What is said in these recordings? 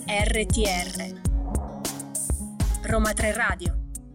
RTR Roma 3 Radio.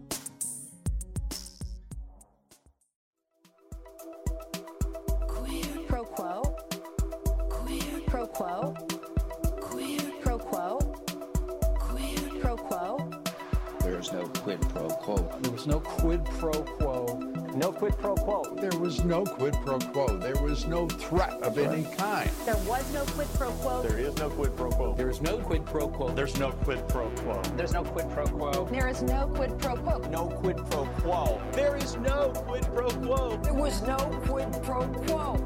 Queer pro quo. Queer pro quo. Queer pro quo. Queer pro quo. There is no quid pro quo. There was no quid pro quo. No quid pro quo. There was no quid pro quo. There was no threat of any kind. There was no quid pro quo. There is no quid pro quo. There is no quid pro quo. There's no quid pro quo. There's no quid pro quo. There is no quid pro quo. No quid pro quo. There is no quid pro quo. There was no quid pro quo.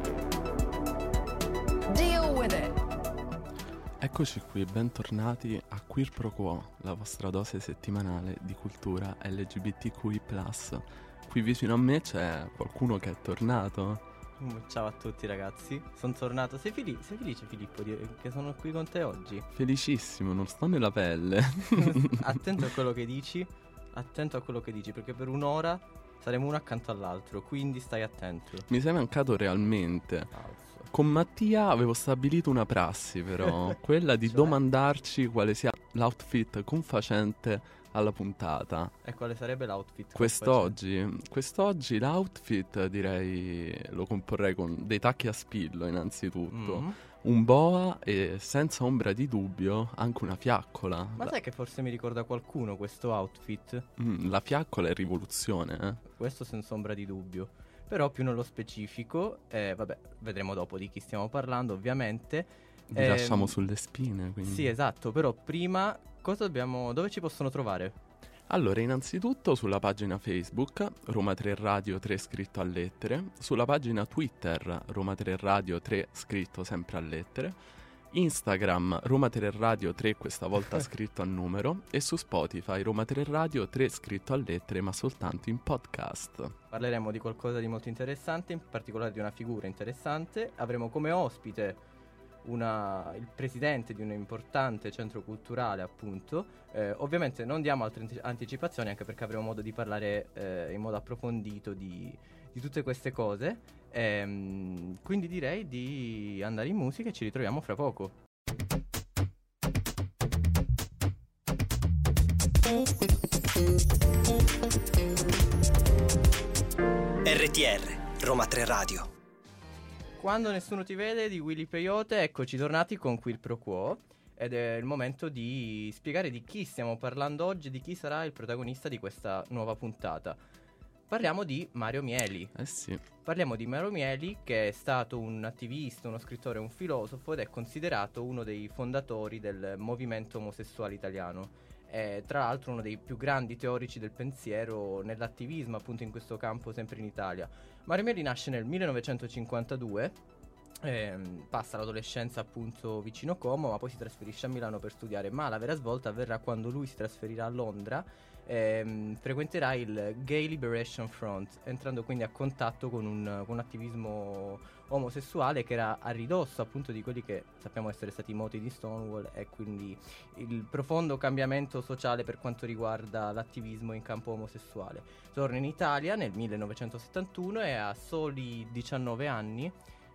Deal with it. Eccoci qui, bentornati a Queer Pro Quo, la vostra dose settimanale di cultura LGBTQI+. Qui vicino a me c'è qualcuno che è tornato. Ciao a tutti ragazzi, sono tornato. Sei felice Filippo che sono qui con te oggi? Felicissimo, non sto nella pelle. Attento a quello che dici, perché per un'ora saremo uno accanto all'altro, quindi stai attento. Mi sei mancato realmente. Con Mattia avevo stabilito una prassi però, quella di domandarci quale sia l'outfit confacente alla puntata. E quale sarebbe l'outfit? Quest'oggi l'outfit direi lo comporrei con dei tacchi a spillo innanzitutto, un boa e senza ombra di dubbio anche una fiaccola. Ma sai che forse mi ricorda qualcuno questo outfit? La fiaccola è rivoluzione, Questo senza ombra di dubbio. Però più nello specifico, vedremo dopo di chi stiamo parlando ovviamente. Vi lasciamo sulle spine, quindi. Sì, esatto, però prima dove ci possono trovare? Allora, innanzitutto sulla pagina Facebook Roma 3 Radio 3 scritto a lettere, sulla pagina Twitter Roma 3 Radio 3 scritto sempre a lettere, Instagram Roma 3 Radio 3 questa volta scritto a numero e su Spotify Roma 3 Radio 3 scritto a lettere ma soltanto in podcast. Parleremo di qualcosa di molto interessante, in particolare di una figura interessante. Avremo come ospite il presidente di un importante centro culturale, appunto. Ovviamente non diamo altre anticipazioni, anche perché avremo modo di parlare in modo approfondito di tutte queste cose. Quindi direi di andare in musica e ci ritroviamo fra poco. RTR Roma 3 Radio. Quando nessuno ti vede di Willy Peyote, eccoci tornati con Queer Pro Quo ed è il momento di spiegare di chi stiamo parlando oggi, di chi sarà il protagonista di questa nuova puntata. Parliamo di Mario Mieli. Sì. Parliamo di Mario Mieli, che è stato un attivista, uno scrittore, un filosofo ed è considerato uno dei fondatori del movimento omosessuale italiano. È tra l'altro uno dei più grandi teorici del pensiero nell'attivismo, appunto, in questo campo sempre in Italia. Mario Mieli nasce nel 1952, passa l'adolescenza appunto vicino Como, ma poi si trasferisce a Milano per studiare. Ma la vera svolta avverrà quando lui si trasferirà a Londra, frequenterà il Gay Liberation Front, entrando quindi a contatto con un attivismo omosessuale che era a ridosso appunto di quelli che sappiamo essere stati i moti di Stonewall, e quindi il profondo cambiamento sociale per quanto riguarda l'attivismo in campo omosessuale. Torna in Italia nel 1971 e a soli 19 anni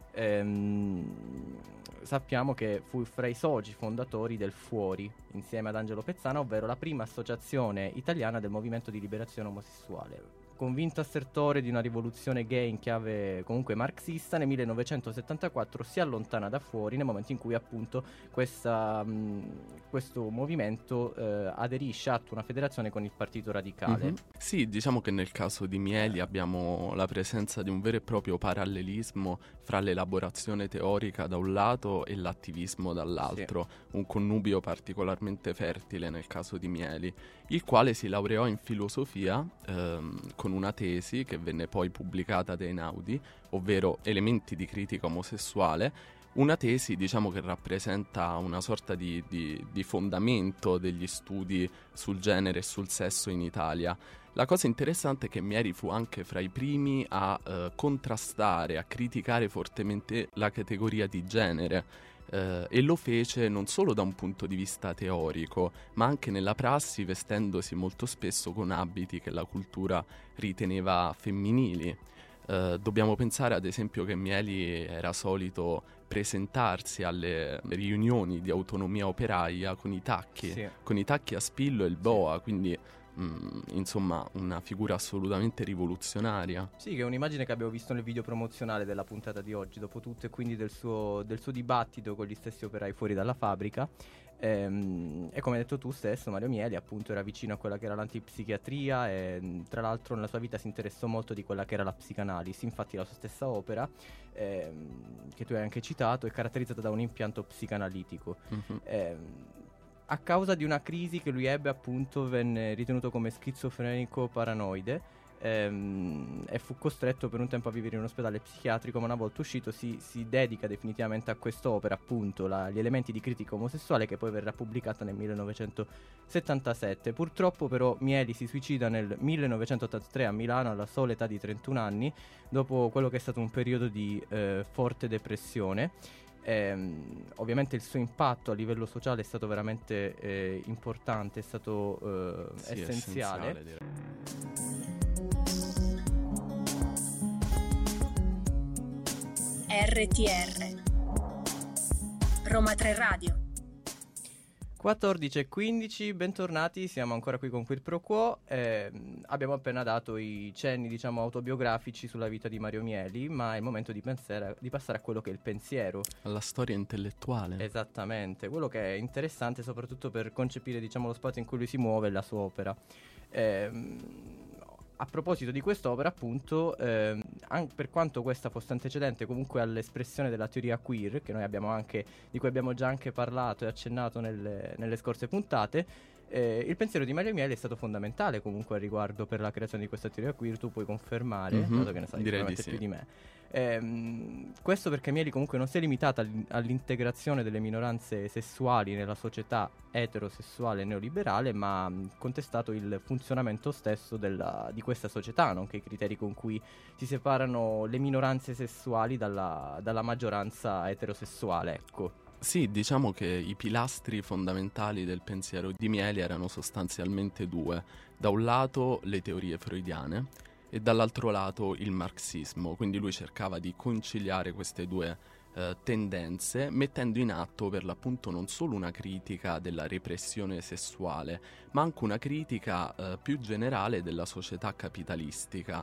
sappiamo che fu fra i soci fondatori del Fuori, insieme ad Angelo Pezzana, ovvero la prima associazione italiana del movimento di liberazione omosessuale. Convinto assertore di una rivoluzione gay in chiave comunque marxista, nel 1974 si allontana da Fuori nel momento in cui appunto questo movimento aderisce, attua una federazione con il Partito Radicale. Sì, diciamo che nel caso di Mieli abbiamo la presenza di un vero e proprio parallelismo fra l'elaborazione teorica da un lato e l'attivismo dall'altro, un connubio particolarmente fertile nel caso di Mieli, il quale si laureò in filosofia con una tesi che venne poi pubblicata da Einaudi, ovvero Elementi di critica omosessuale, una tesi diciamo che rappresenta una sorta di fondamento degli studi sul genere e sul sesso in Italia. La cosa interessante è che Mieli fu anche fra i primi a contrastare, a criticare fortemente la categoria di genere, e lo fece non solo da un punto di vista teorico, ma anche nella prassi, vestendosi molto spesso con abiti che la cultura riteneva femminili. Dobbiamo pensare ad esempio che Mieli era solito presentarsi alle riunioni di autonomia operaia con i tacchi a spillo e il boa, quindi insomma una figura assolutamente rivoluzionaria. Sì, che è un'immagine che abbiamo visto nel video promozionale della puntata di oggi, dopo tutto, e quindi del suo dibattito con gli stessi operai fuori dalla fabbrica. E come hai detto tu stesso, Mario Mieli appunto era vicino a quella che era l'antipsichiatria e tra l'altro nella sua vita si interessò molto di quella che era la psicanalisi. Infatti la sua stessa opera, che tu hai anche citato, è caratterizzata da un impianto psicanalitico. A causa di una crisi che lui ebbe, appunto, venne ritenuto come schizofrenico paranoide e fu costretto per un tempo a vivere in un ospedale psichiatrico, ma una volta uscito si dedica definitivamente a quest'opera, appunto, gli elementi di critica omosessuale, che poi verrà pubblicata nel 1977. Purtroppo però Mieli si suicida nel 1983 a Milano alla sola età di 31 anni, dopo quello che è stato un periodo di forte depressione. Ovviamente il suo impatto a livello sociale è stato veramente importante, è stato essenziale. RTR Roma 3 Radio. 14:15, bentornati, siamo ancora qui con Quid Pro Quo. Abbiamo appena dato i cenni, diciamo, autobiografici sulla vita di Mario Mieli, ma è il momento di passare a quello che è il pensiero. Alla storia intellettuale. Esattamente, quello che è interessante soprattutto per concepire, diciamo, lo spazio in cui lui si muove e la sua opera. A proposito di quest'opera, appunto, per quanto questa fosse antecedente comunque all'espressione della teoria queer, che di cui abbiamo già anche parlato e accennato nelle scorse puntate, il pensiero di Mario Mieli è stato fondamentale comunque al riguardo per la creazione di questa teoria queer. Tu puoi confermare, dato che ne sai sicuramente più di me. Questo perché Mieli comunque non si è limitata all'integrazione delle minoranze sessuali nella società eterosessuale neoliberale, ma ha contestato il funzionamento stesso di questa società, nonché i criteri con cui si separano le minoranze sessuali dalla maggioranza eterosessuale, ecco. Sì, diciamo che i pilastri fondamentali del pensiero di Mieli erano sostanzialmente due. Da un lato le teorie freudiane e dall'altro lato il marxismo, quindi lui cercava di conciliare queste due tendenze, mettendo in atto per l'appunto non solo una critica della repressione sessuale, ma anche una critica più generale della società capitalistica.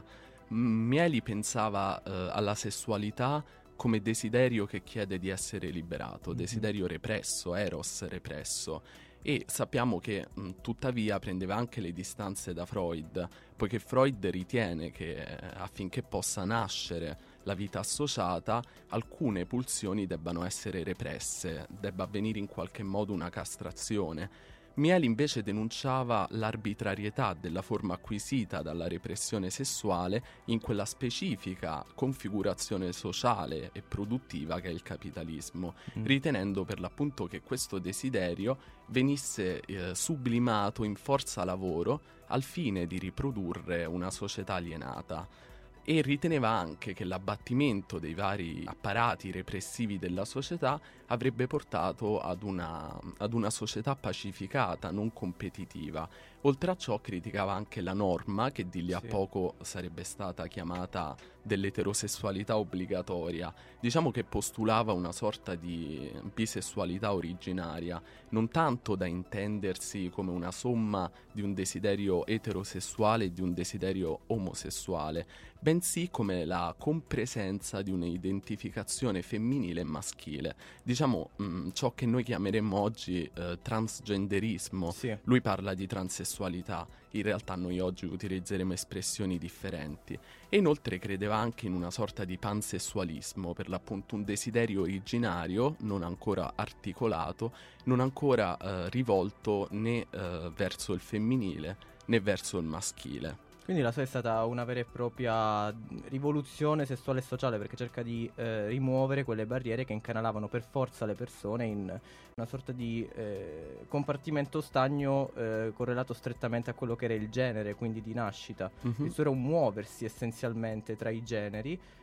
Mieli pensava alla sessualità come desiderio che chiede di essere liberato, desiderio represso, eros represso. E sappiamo che tuttavia prendeva anche le distanze da Freud, poiché Freud ritiene che affinché possa nascere la vita associata, alcune pulsioni debbano essere represse, debba avvenire in qualche modo una castrazione. Mieli invece denunciava l'arbitrarietà della forma acquisita dalla repressione sessuale in quella specifica configurazione sociale e produttiva che è il capitalismo, ritenendo per l'appunto che questo desiderio venisse sublimato in forza lavoro al fine di riprodurre una società alienata. E riteneva anche che l'abbattimento dei vari apparati repressivi della società avrebbe portato ad una società pacificata, non competitiva. Oltre a ciò criticava anche la norma, che di lì a poco sarebbe stata chiamata dell'eterosessualità obbligatoria. Diciamo che postulava una sorta di bisessualità originaria, non tanto da intendersi come una somma di un desiderio eterosessuale e di un desiderio omosessuale, bensì come la compresenza di un'identificazione femminile e maschile. Diciamo ciò che noi chiameremmo oggi transgenderismo. Lui parla di transessualità, in realtà noi oggi utilizzeremo espressioni differenti. E inoltre credeva anche in una sorta di pansessualismo, per l'appunto un desiderio originario, non ancora articolato, non ancora rivolto né verso il femminile né verso il maschile. Quindi la sua è stata una vera e propria rivoluzione sessuale e sociale, perché cerca di rimuovere quelle barriere che incanalavano per forza le persone in una sorta di compartimento stagno correlato strettamente a quello che era il genere, quindi di nascita. Il suo era un muoversi essenzialmente tra i generi,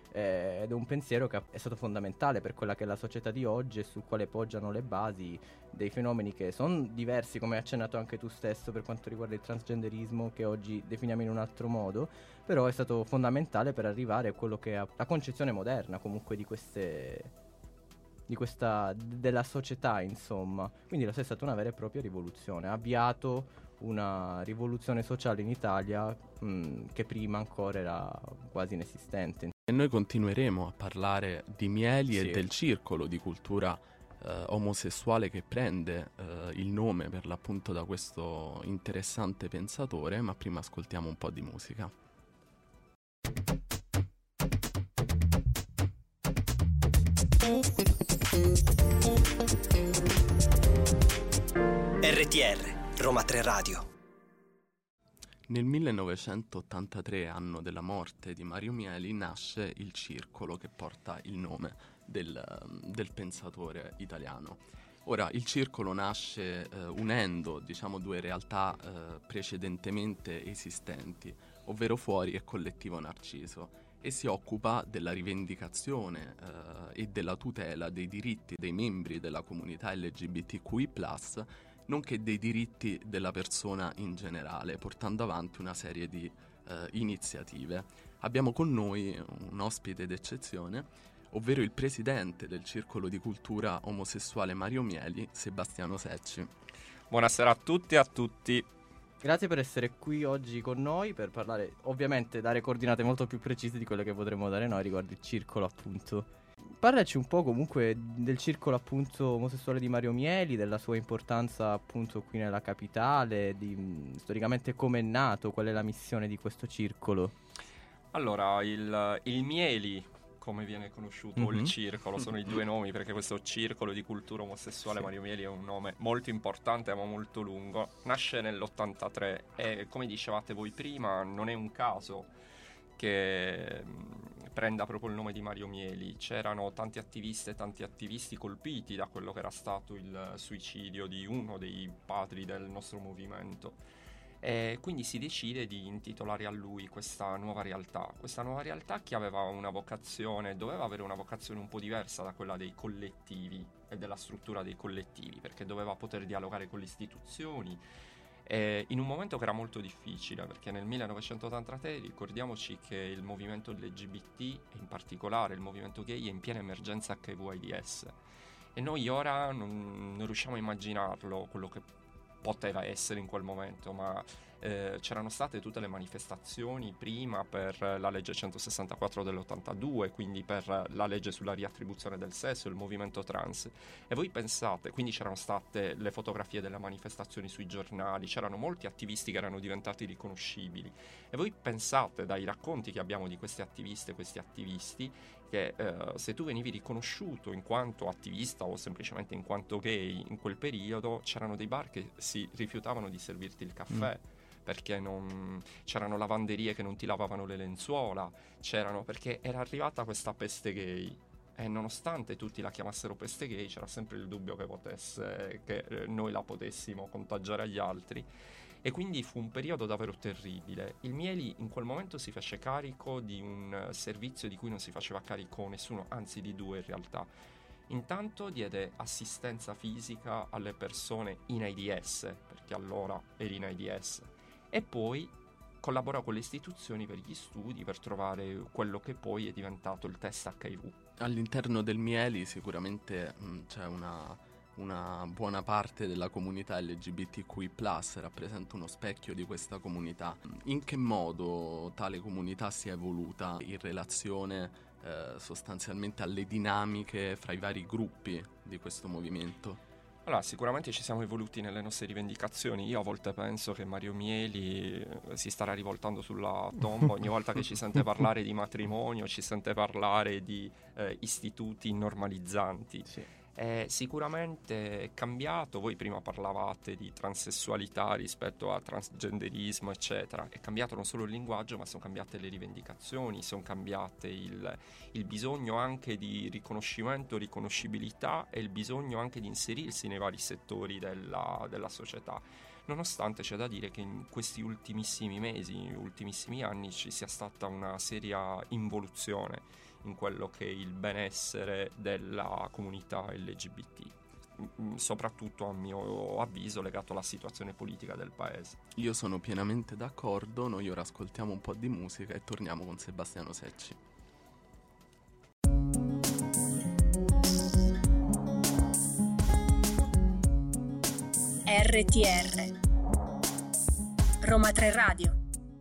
ed è un pensiero che è stato fondamentale per quella che è la società di oggi e sul quale poggiano le basi dei fenomeni che sono diversi, come hai accennato anche tu stesso per quanto riguarda il transgenderismo, che oggi definiamo in un altro modo, però è stato fondamentale per arrivare a quello che è la concezione moderna comunque della società, insomma. Quindi è stata una vera e propria rivoluzione, ha avviato una rivoluzione sociale in Italia che prima ancora era quasi inesistente. E noi continueremo a parlare di Mieli Sì. e del circolo di cultura omosessuale che prende il nome per l'appunto da questo interessante pensatore, ma prima ascoltiamo un po' di musica. RTR, Roma 3 Radio. Nel 1983, anno della morte di Mario Mieli, nasce il circolo che porta il nome del pensatore italiano. Ora, il circolo nasce unendo, diciamo, due realtà precedentemente esistenti, ovvero Fuori e Collettivo Narciso, e si occupa della rivendicazione e della tutela dei diritti dei membri della comunità LGBTQI+, nonché dei diritti della persona in generale, portando avanti una serie di iniziative. Abbiamo con noi un ospite d'eccezione, ovvero il presidente del Circolo di Cultura Omosessuale Mario Mieli, Sebastiano Secci. Buonasera a tutti e a tutti. Grazie per essere qui oggi con noi per parlare, ovviamente dare coordinate molto più precise di quelle che potremmo dare noi riguardo il circolo, appunto. Parlaci un po' comunque del circolo, appunto, omosessuale di Mario Mieli, della sua importanza, appunto, qui nella capitale, storicamente come è nato, qual è la missione di questo circolo. Allora, il Mieli, come viene conosciuto, o il circolo, sono i due nomi, perché questo circolo di cultura omosessuale Mario Mieli è un nome molto importante ma molto lungo. Nasce nell'83 e, come dicevate voi prima, non è un caso che prenda proprio il nome di Mario Mieli. C'erano tanti attiviste e tanti attivisti colpiti da quello che era stato il suicidio di uno dei padri del nostro movimento. E quindi si decide di intitolare a lui questa nuova realtà che aveva una vocazione, doveva avere una vocazione un po' diversa da quella dei collettivi e della struttura dei collettivi, perché doveva poter dialogare con le istituzioni in un momento che era molto difficile, perché nel 1983 ricordiamoci che il movimento LGBT e in particolare il movimento gay è in piena emergenza HIV/AIDS e noi ora non riusciamo a immaginarlo quello che poteva essere in quel momento, ma c'erano state tutte le manifestazioni prima per la legge 164 dell'82, quindi per la legge sulla riattribuzione del sesso, il movimento trans, e voi pensate, quindi c'erano state le fotografie delle manifestazioni sui giornali, c'erano molti attivisti che erano diventati riconoscibili, e voi pensate dai racconti che abbiamo di questi attiviste e questi attivisti che se tu venivi riconosciuto in quanto attivista o semplicemente in quanto gay in quel periodo, c'erano dei bar che si rifiutavano di servirti il caffè perché c'erano lavanderie che non ti lavavano le lenzuola, perché era arrivata questa peste gay e nonostante tutti la chiamassero peste gay c'era sempre il dubbio che noi la potessimo contagiare agli altri. E quindi fu un periodo davvero terribile. Il Mieli in quel momento si fece carico di un servizio di cui non si faceva carico nessuno, anzi di due in realtà. Intanto diede assistenza fisica alle persone in AIDS, perché allora eri in AIDS, e poi collaborò con le istituzioni per gli studi, per trovare quello che poi è diventato il test HIV. All'interno del Mieli sicuramente c'è una buona parte della comunità LGBTQI+, rappresenta uno specchio di questa comunità. In che modo tale comunità si è evoluta in relazione sostanzialmente alle dinamiche fra i vari gruppi di questo movimento? Allora, sicuramente ci siamo evoluti nelle nostre rivendicazioni. Io a volte penso che Mario Mieli si starà rivoltando sulla tomba ogni volta che ci sente parlare di matrimonio, ci sente parlare di istituti normalizzanti. Sì. Sicuramente è cambiato. Voi prima parlavate di transessualità rispetto a transgenderismo, eccetera. È cambiato non solo il linguaggio, ma sono cambiate le rivendicazioni, sono cambiate il bisogno anche di riconoscimento, riconoscibilità e il bisogno anche di inserirsi nei vari settori della società. Nonostante c'è da dire che in questi ultimissimi mesi, ultimissimi anni ci sia stata una seria involuzione in quello che è il benessere della comunità LGBT, soprattutto a mio avviso legato alla situazione politica del paese. Io sono pienamente d'accordo, noi ora ascoltiamo un po' di musica e torniamo con Sebastiano Secci. RTR Roma 3 Radio.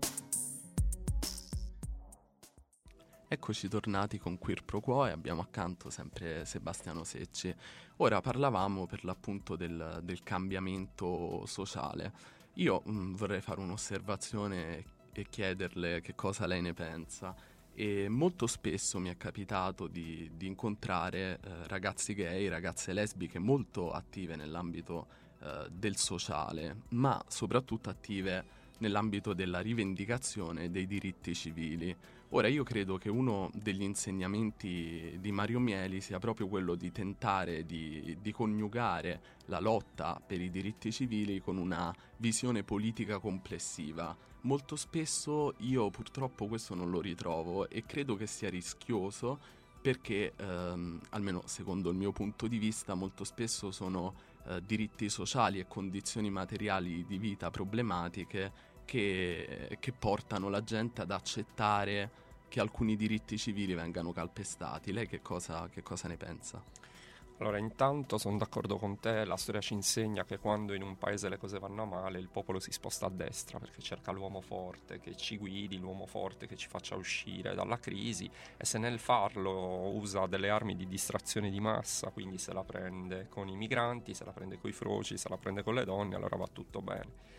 Eccoci tornati con Queer Pro Quo e abbiamo accanto sempre Sebastiano Secci. Ora parlavamo per l'appunto del cambiamento sociale. Io vorrei fare un'osservazione e chiederle che cosa lei ne pensa. E molto spesso mi è capitato di incontrare ragazzi gay, ragazze lesbiche molto attive nell'ambito del sociale, ma soprattutto attive nell'ambito della rivendicazione dei diritti civili. Ora, io credo che uno degli insegnamenti di Mario Mieli sia proprio quello di tentare di coniugare la lotta per i diritti civili con una visione politica complessiva. Molto spesso io purtroppo questo non lo ritrovo e credo che sia rischioso perché, almeno secondo il mio punto di vista, molto spesso sono diritti sociali e condizioni materiali di vita problematiche che portano la gente ad accettare che alcuni diritti civili vengano calpestati. Lei che cosa ne pensa? Allora, intanto sono d'accordo con te, la storia ci insegna che quando in un paese le cose vanno male il popolo si sposta a destra perché cerca l'uomo forte che ci guidi, l'uomo forte che ci faccia uscire dalla crisi, e se nel farlo usa delle armi di distrazione di massa, quindi se la prende con i migranti, se la prende con i froci, se la prende con le donne, allora va tutto bene.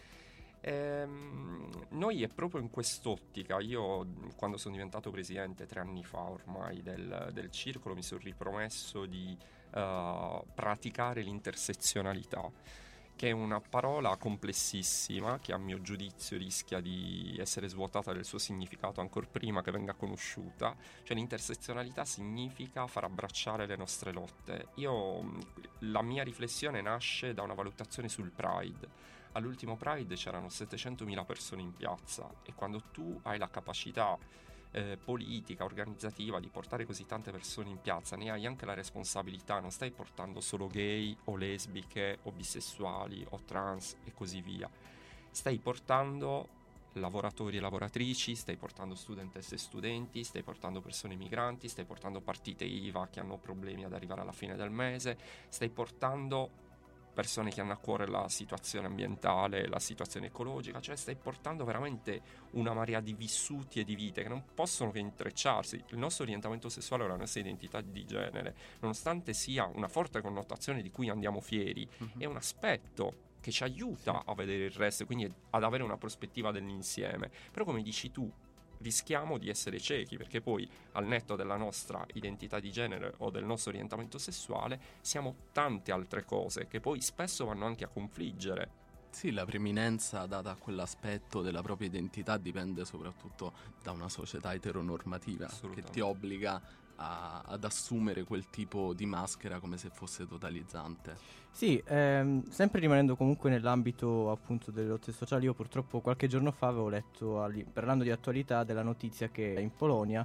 Noi è proprio in quest'ottica, io quando sono diventato presidente 3 anni fa ormai del circolo mi sono ripromesso di praticare l'intersezionalità, che è una parola complessissima che a mio giudizio rischia di essere svuotata del suo significato ancora prima che venga conosciuta. Cioè l'intersezionalità significa far abbracciare le nostre lotte. La mia riflessione nasce da una valutazione sul Pride. All'ultimo Pride c'erano 700.000 persone in piazza, e quando tu hai la capacità politica, organizzativa di portare così tante persone in piazza, ne hai anche la responsabilità, non stai portando solo gay o lesbiche o bisessuali o trans e così via, stai portando lavoratori e lavoratrici, stai portando studentesse e studenti, stai portando persone migranti, stai portando partite IVA che hanno problemi ad arrivare alla fine del mese, stai portando persone che hanno a cuore la situazione ambientale, la situazione ecologica, cioè stai portando veramente una marea di vissuti e di vite che non possono che intrecciarsi. Il nostro orientamento sessuale o la nostra identità di genere, nonostante sia una forte connotazione di cui andiamo fieri, è un aspetto che ci aiuta a vedere il resto, quindi ad avere una prospettiva dell'insieme. Però come dici tu, rischiamo di essere ciechi, perché poi al netto della nostra identità di genere o del nostro orientamento sessuale siamo tante altre cose che poi spesso vanno anche a confliggere. Sì, la preminenza data a quell'aspetto della propria identità dipende soprattutto da una società eteronormativa che ti obbliga ad assumere quel tipo di maschera come se fosse totalizzante. Sì, sempre rimanendo comunque nell'ambito appunto delle lotte sociali, io purtroppo qualche giorno fa avevo letto, parlando di attualità, della notizia che in Polonia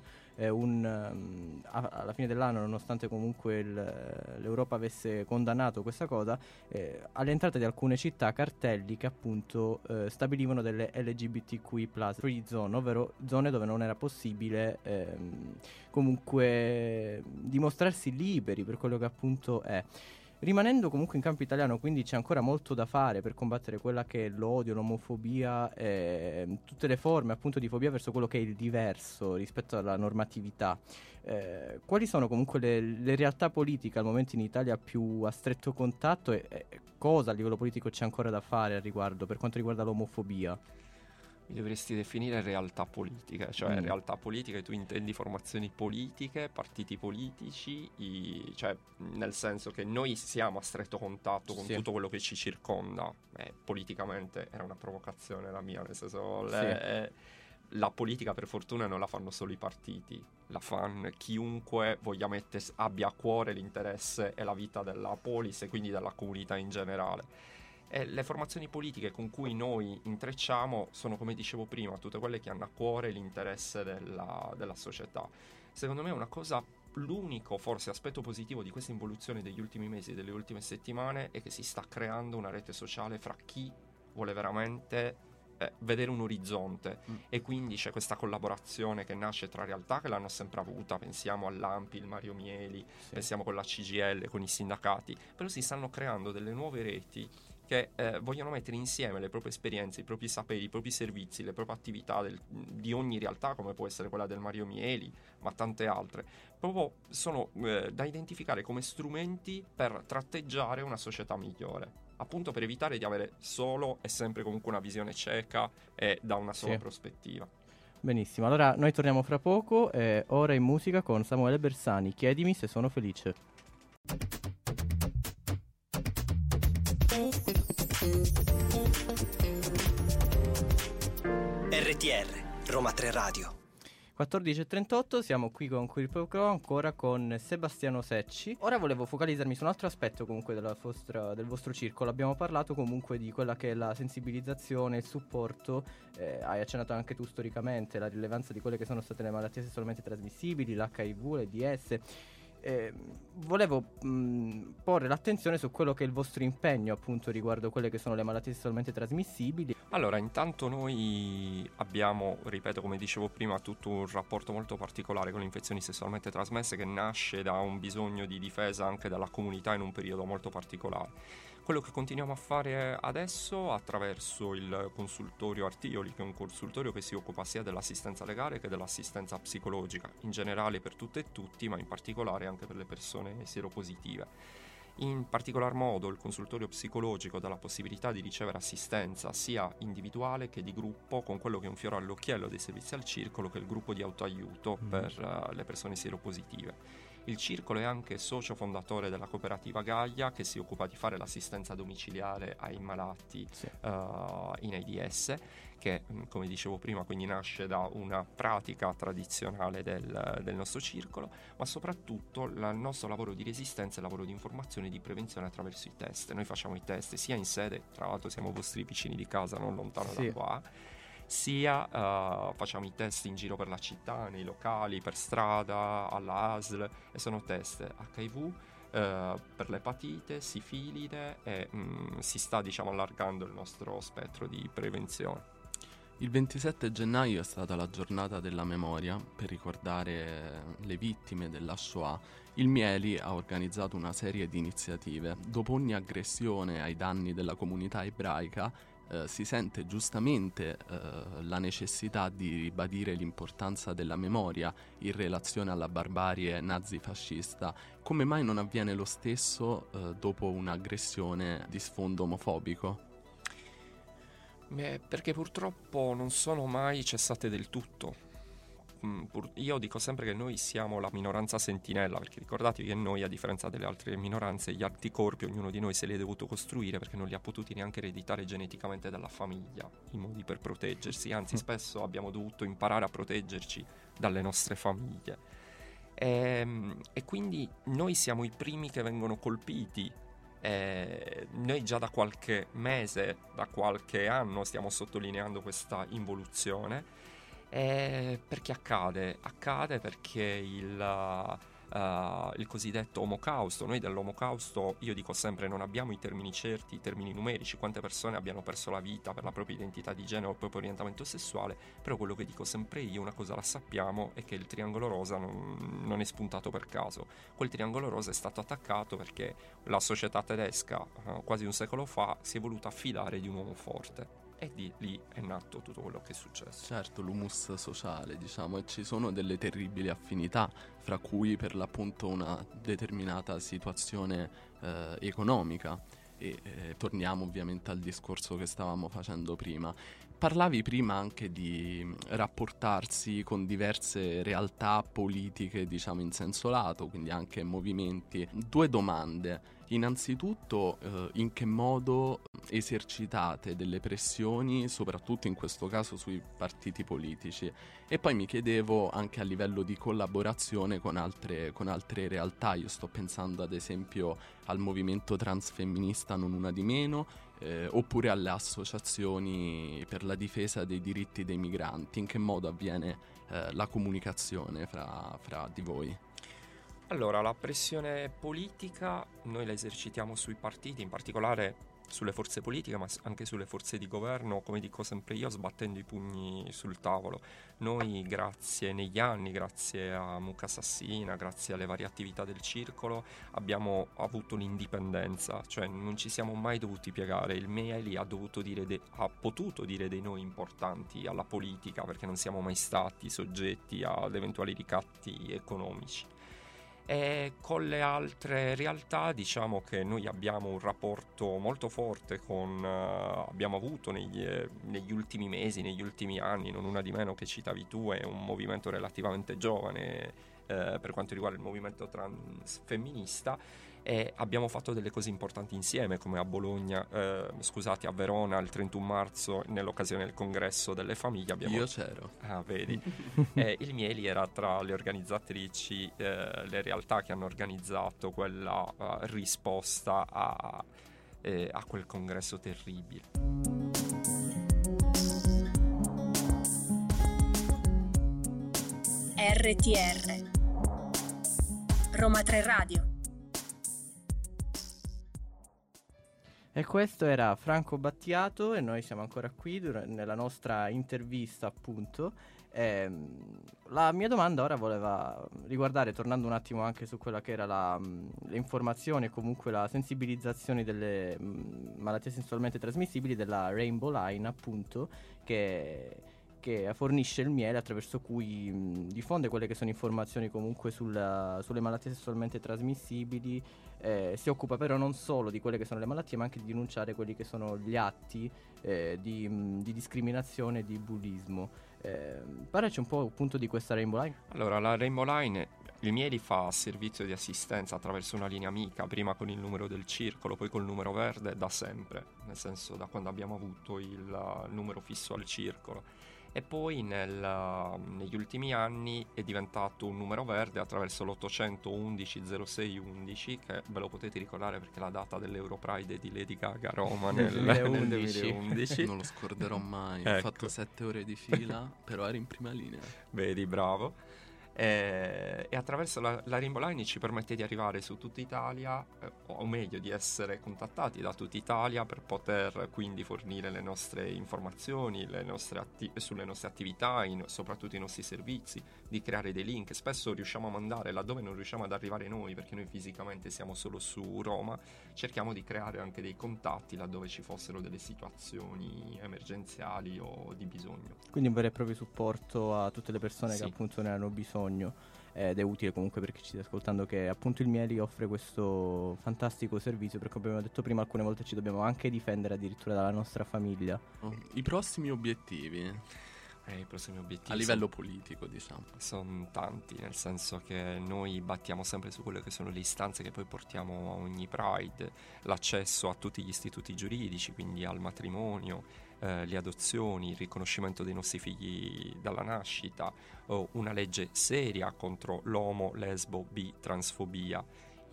alla fine dell'anno, nonostante comunque l'Europa avesse condannato questa cosa, all'entrata di alcune città cartelli che appunto stabilivano delle LGBTQI+ free zone, ovvero zone dove non era possibile comunque dimostrarsi liberi per quello che appunto è. Rimanendo comunque in campo italiano, quindi c'è ancora molto da fare per combattere quella che è l'odio, l'omofobia, tutte le forme appunto di fobia verso quello che è il diverso rispetto alla normatività. Quali sono comunque le realtà politiche al momento in Italia più a stretto contatto e cosa a livello politico c'è ancora da fare al riguardo per quanto riguarda l'omofobia? Mi dovresti definire realtà politiche, cioè realtà politiche tu intendi formazioni politiche, partiti politici, cioè nel senso che noi siamo a stretto contatto con tutto quello che ci circonda. Politicamente era una provocazione la mia, nel senso la politica per fortuna non la fanno solo i partiti, la fanno chiunque abbia a cuore l'interesse e la vita della polis e quindi della comunità in generale. E le formazioni politiche con cui noi intrecciamo sono, come dicevo prima, tutte quelle che hanno a cuore l'interesse della società. secondo me è una cosa, l'unico forse aspetto positivo di questa involuzione degli ultimi mesi e delle ultime settimane è che si sta creando una rete sociale fra chi vuole veramente vedere un orizzonte, e quindi c'è questa collaborazione che nasce tra realtà che l'hanno sempre avuta, pensiamo all'ANPI, il Mario Mieli, pensiamo con la CGIL, con i sindacati, però si stanno creando delle nuove reti che vogliono mettere insieme le proprie esperienze, i propri saperi, i propri servizi, le proprie attività di ogni realtà, come può essere quella del Mario Mieli, ma tante altre. Proprio sono da identificare come strumenti per tratteggiare una società migliore, appunto per evitare di avere solo e sempre comunque una visione cieca e da una sola prospettiva. Benissimo, allora noi torniamo fra poco, ora in musica con Samuele Bersani, Chiedimi se sono felice. RTR, Roma 3 Radio. 14.38, siamo qui con Quid Pro Quo, ancora con Sebastiano Secci. Ora volevo focalizzarmi su un altro aspetto comunque del vostro circolo. Abbiamo parlato comunque di quella che è la sensibilizzazione, il supporto, hai accennato anche tu storicamente la rilevanza di quelle che sono state le malattie sessualmente trasmissibili, l'HIV, l'AIDS. Volevo porre l'attenzione su quello che è il vostro impegno appunto riguardo quelle che sono le malattie sessualmente trasmissibili. Allora, intanto noi abbiamo, ripeto, come dicevo prima, tutto un rapporto molto particolare con le infezioni sessualmente trasmesse, che nasce da un bisogno di difesa anche dalla comunità in un periodo molto particolare. Quello che continuiamo a fare adesso attraverso il consultorio Artioli, che è un consultorio che si occupa sia dell'assistenza legale che dell'assistenza psicologica, in generale per tutte e tutti, ma in particolare anche per le persone sieropositive. In particolar modo il consultorio psicologico dà la possibilità di ricevere assistenza sia individuale che di gruppo, con quello che è un fiore all'occhiello dei servizi al circolo, che è il gruppo di autoaiuto per le persone sieropositive. Il circolo è anche socio fondatore della cooperativa Gaia, che si occupa di fare l'assistenza domiciliare ai malati in AIDS, che come dicevo prima quindi nasce da una pratica tradizionale del nostro circolo, ma soprattutto il nostro lavoro di resistenza è lavoro di informazione e di prevenzione attraverso i test. Noi facciamo i test sia in sede, tra l'altro siamo vostri vicini di casa, non lontano da qua, sia facciamo i test in giro per la città, nei locali, per strada, alla ASL, e sono test HIV, per l'epatite, sifilide, e si sta allargando il nostro spettro di prevenzione. Il 27 gennaio è stata la giornata della memoria per ricordare le vittime della Shoah. Il Mieli ha organizzato una serie di iniziative. Dopo ogni aggressione ai danni della comunità ebraica si sente giustamente la necessità di ribadire l'importanza della memoria in relazione alla barbarie nazifascista. Come mai non avviene lo stesso dopo un'aggressione di sfondo omofobico? Perché purtroppo non sono mai cessate del tutto. Io dico sempre che noi siamo la minoranza sentinella, perché ricordatevi che noi, a differenza delle altre minoranze, gli anticorpi ognuno di noi se li è dovuto costruire, perché non li ha potuti neanche ereditare geneticamente dalla famiglia, i modi per proteggersi, anzi spesso abbiamo dovuto imparare a proteggerci dalle nostre famiglie, e quindi noi siamo i primi che vengono colpiti. Noi già da qualche mese, da qualche anno stiamo sottolineando questa involuzione. Perché accade? Accade perché il cosiddetto omocausto, noi dell'omocausto, io dico sempre, non abbiamo i termini certi, i termini numerici, quante persone abbiano perso la vita per la propria identità di genere o il proprio orientamento sessuale, però quello che dico sempre io, una cosa la sappiamo, è che il triangolo rosa non è spuntato per caso. Quel triangolo rosa è stato attaccato perché la società tedesca quasi un secolo fa si è voluta affidare di un uomo forte. E di lì è nato tutto quello che è successo. Certo, l'humus sociale, e ci sono delle terribili affinità, fra cui per l'appunto una determinata situazione economica. E torniamo ovviamente al discorso che stavamo facendo prima. Parlavi prima anche di rapportarsi con diverse realtà politiche, in senso lato, quindi anche movimenti. 2 domande. Innanzitutto, in che modo esercitate delle pressioni, soprattutto in questo caso sui partiti politici? E poi mi chiedevo anche a livello di collaborazione con altre realtà. Io sto pensando ad esempio al movimento transfemminista Non Una Di Meno, oppure alle associazioni per la difesa dei diritti dei migranti. In che modo avviene la comunicazione fra di voi? Allora, la pressione politica noi la esercitiamo sui partiti, in particolare sulle forze politiche, ma anche sulle forze di governo, come dico sempre io, sbattendo i pugni sul tavolo. Noi negli anni, grazie a Mucca Assassina, grazie alle varie attività del circolo, abbiamo avuto l'indipendenza, cioè non ci siamo mai dovuti piegare. Il Mieli ha potuto dire dei no importanti alla politica, perché non siamo mai stati soggetti ad eventuali ricatti economici. E con le altre realtà diciamo che noi abbiamo un rapporto molto forte abbiamo avuto negli ultimi mesi, negli ultimi anni, non una di meno che citavi tu, è un movimento relativamente giovane per quanto riguarda il movimento transfemminista, e abbiamo fatto delle cose importanti insieme, come a Verona il 31 marzo nell'occasione del congresso delle famiglie. Io c'ero. Ah, vedi. Il Mieli era tra le organizzatrici, le realtà che hanno organizzato quella risposta a quel congresso terribile. RTR Roma 3 Radio. E questo era Franco Battiato e noi siamo ancora qui nella nostra intervista, appunto. La mia domanda ora voleva riguardare, tornando un attimo anche su quella che era le informazioni e comunque la sensibilizzazione delle malattie sessualmente trasmissibili, della Rainbow Line, appunto, che fornisce il Miele, attraverso cui diffonde quelle che sono informazioni comunque sulle malattie sessualmente trasmissibili. Si occupa però non solo di quelle che sono le malattie, ma anche di denunciare quelli che sono gli atti di discriminazione e di bullismo. Parlaci un po' appunto di questa Rainbow Line. Allora, la Rainbow Line, il Mieli fa servizio di assistenza attraverso una linea amica, prima con il numero del circolo, poi col numero verde, da sempre, nel senso da quando abbiamo avuto il numero fisso al circolo. E poi negli ultimi anni è diventato un numero verde attraverso l'811 06 11, che ve lo potete ricordare perché è la data dell'Europride di Lady Gaga a Roma nel 2011. Non lo scorderò mai, Ecco. Ho fatto 7 ore di fila, però ero in prima linea. Vedi, bravo. E attraverso la Rainbow Line ci permette di arrivare su tutta Italia, o meglio di essere contattati da tutta Italia per poter quindi fornire le nostre informazioni, sulle nostre attività, soprattutto i nostri servizi, di creare dei link. Spesso riusciamo a mandare laddove non riusciamo ad arrivare noi, perché noi fisicamente siamo solo su Roma, cerchiamo di creare anche dei contatti laddove ci fossero delle situazioni emergenziali o di bisogno. Quindi un vero e proprio supporto a tutte le persone Sì. che appunto ne hanno bisogno, ed è utile comunque per chi ci sta ascoltando che appunto il Mieli offre questo fantastico servizio, perché come abbiamo detto prima, alcune volte ci dobbiamo anche difendere addirittura dalla nostra famiglia. I prossimi obiettivi I prossimi obiettivi a livello politico, diciamo, sono tanti, nel senso che noi battiamo sempre su quelle che sono le istanze che poi portiamo a ogni Pride: l'accesso a tutti gli istituti giuridici, quindi al matrimonio, le adozioni, il riconoscimento dei nostri figli dalla nascita, o una legge seria contro l'omo, lesbo, bi, transfobia,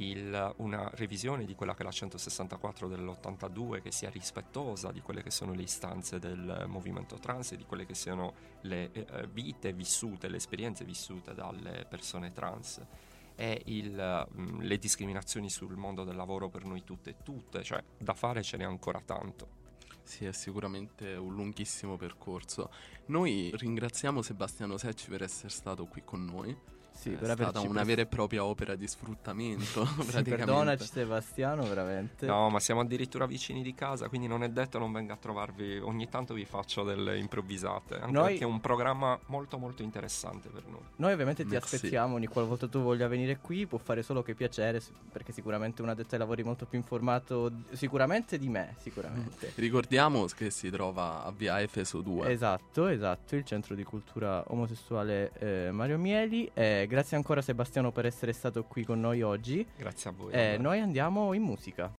una revisione di quella che è la 164 dell'82, che sia rispettosa di quelle che sono le istanze del movimento trans e di quelle che siano le vite vissute, le esperienze vissute dalle persone trans, e le discriminazioni sul mondo del lavoro per noi tutte, cioè da fare ce n'è ancora tanto. Sì, è sicuramente un lunghissimo percorso. Noi ringraziamo Sebastiano Secci per essere stato qui con noi. Sì, È per stata una vera e propria opera di sfruttamento, praticamente. Perdonaci Sebastiano, veramente. No, ma siamo addirittura vicini di casa, quindi non è detto non venga a trovarvi. Ogni tanto vi faccio delle improvvisate, anche perché è un programma molto molto interessante per noi. Noi ovviamente ti Merci. aspettiamo ogni qualvolta tu voglia venire qui, può fare solo che piacere, perché sicuramente un addetto ai lavori molto più informato sicuramente di me, sicuramente. Ricordiamo che si trova a via Efeso 2. Esatto, il centro di cultura omosessuale Mario Mieli. Grazie ancora Sebastiano per essere stato qui con noi oggi. Grazie a voi. Noi andiamo in musica.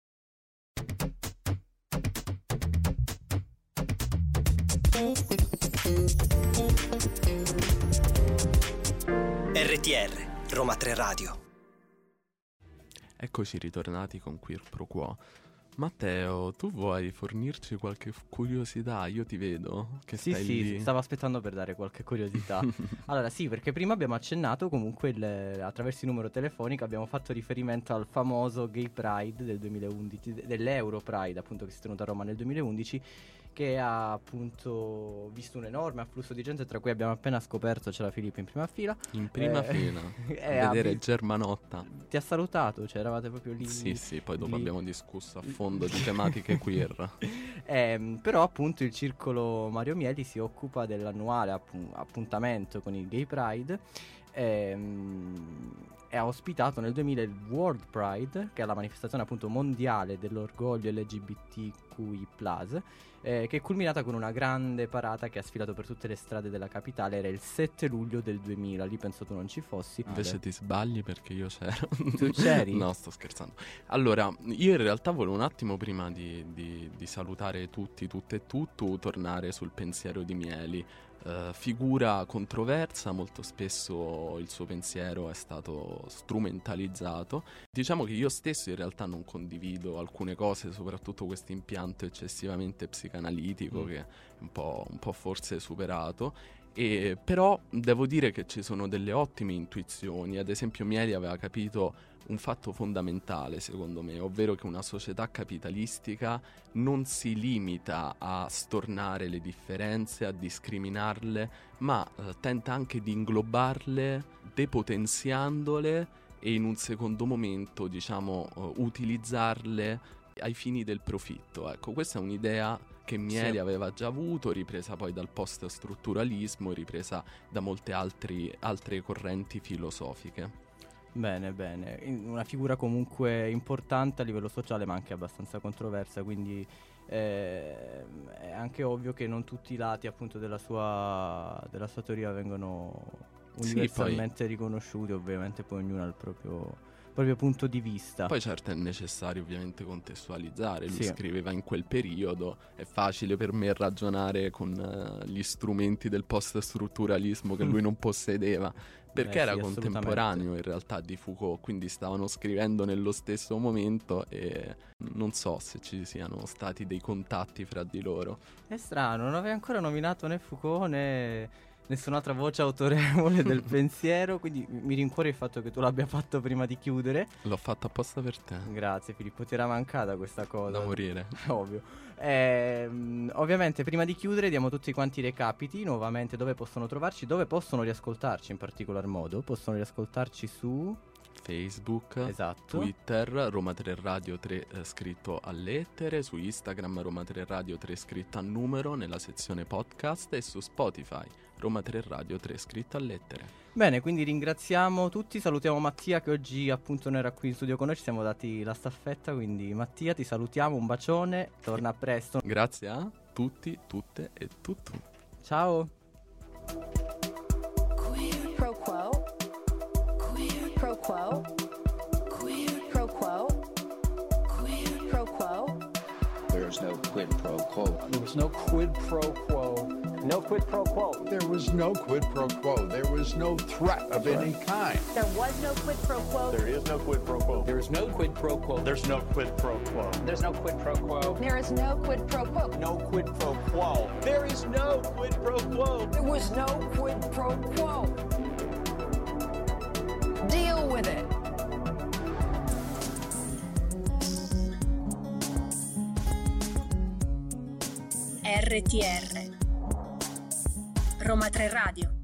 RTR Roma 3 Radio. Eccoci ritornati con Queer Pro Quo. Matteo, tu vuoi fornirci qualche curiosità? Io ti vedo che Sì, stai lì. stavo aspettando per dare qualche curiosità. Allora, sì, perché prima abbiamo accennato comunque attraverso il numero telefonico abbiamo fatto riferimento al famoso Gay Pride del 2011, dell'Euro Pride appunto che si è tenuto a Roma nel 2011, che ha appunto visto un enorme afflusso di gente, tra cui abbiamo appena scoperto c'era Filippo in prima fila. In prima fila, a vedere Germanotta. Ti ha salutato, cioè eravate proprio lì. Sì, poi dopo lì. Abbiamo discusso a fondo di tematiche queer. Però appunto il circolo Mario Mieli si occupa dell'annuale appuntamento con il Gay Pride e ha ospitato nel 2000 il World Pride, che è la manifestazione appunto mondiale dell'orgoglio LGBTQI+, che è culminata con una grande parata che ha sfilato per tutte le strade della capitale. Era il 7 luglio del 2000, lì penso tu non ci fossi. Invece ti sbagli perché io c'ero. Tu c'eri? No, sto scherzando. Allora, io in realtà volevo un attimo prima di salutare tutti, tutte e tutto, tornare sul pensiero di Mieli. Figura controversa, molto spesso il suo pensiero è stato strumentalizzato. Diciamo che io stesso in realtà non condivido alcune cose, soprattutto questo impianto eccessivamente psicanalitico che è un po' forse superato. Però devo dire che ci sono delle ottime intuizioni. Ad esempio Mieli aveva capito un fatto fondamentale secondo me, ovvero che una società capitalistica non si limita a stornare le differenze, a discriminarle, ma tenta anche di inglobarle, depotenziandole e in un secondo momento, diciamo, utilizzarle ai fini del profitto. Ecco, questa è un'idea che Mieli aveva già avuto, ripresa poi dal post-strutturalismo, ripresa da molte altre correnti filosofiche. Bene, una figura comunque importante a livello sociale ma anche abbastanza controversa, quindi è anche ovvio che non tutti i lati appunto della sua teoria vengono universalmente riconosciuti, ovviamente poi ognuno ha il proprio punto di vista. Poi certo è necessario ovviamente contestualizzare, lui scriveva in quel periodo, è facile per me ragionare con gli strumenti del post-strutturalismo che lui non possedeva, perché era contemporaneo in realtà di Foucault, quindi stavano scrivendo nello stesso momento e non so se ci siano stati dei contatti fra di loro. È strano, non avevi ancora nominato né Foucault né nessun'altra voce autorevole del pensiero, quindi mi rincuora il fatto che tu l'abbia fatto prima di chiudere. L'ho fatto apposta per te. Grazie Filippo, ti era mancata questa cosa. Da morire. Ovvio. Ovviamente prima di chiudere diamo tutti quanti i recapiti nuovamente dove possono trovarci, dove possono riascoltarci in particolar modo. Possono riascoltarci su Facebook, Twitter, Roma 3 Radio 3 scritto a lettere, su Instagram Roma 3 Radio 3 scritto a numero nella sezione podcast e su Spotify Roma 3 Radio 3 scritto a lettere. Bene, quindi ringraziamo tutti, salutiamo Mattia che oggi appunto non era qui in studio con noi, ci siamo dati la staffetta, quindi Mattia ti salutiamo, un bacione, torna presto. Grazie a tutti, tutte e tutto. Ciao. Queer pro quo. Queer pro quo. Queer pro quo. Queer pro quo. There is no quid pro quo. There was no quid pro quo. No quid pro quo. There was no quid pro quo. There was no threat of any kind. There was no quid pro quo. There is no quid pro quo. There is no quid pro quo. There's no quid pro quo. There's no quid pro quo. There is no quid pro quo. No quid pro quo. There is no quid pro quo. There was no quid pro quo. Deal with it. RTR Roma 3 Radio.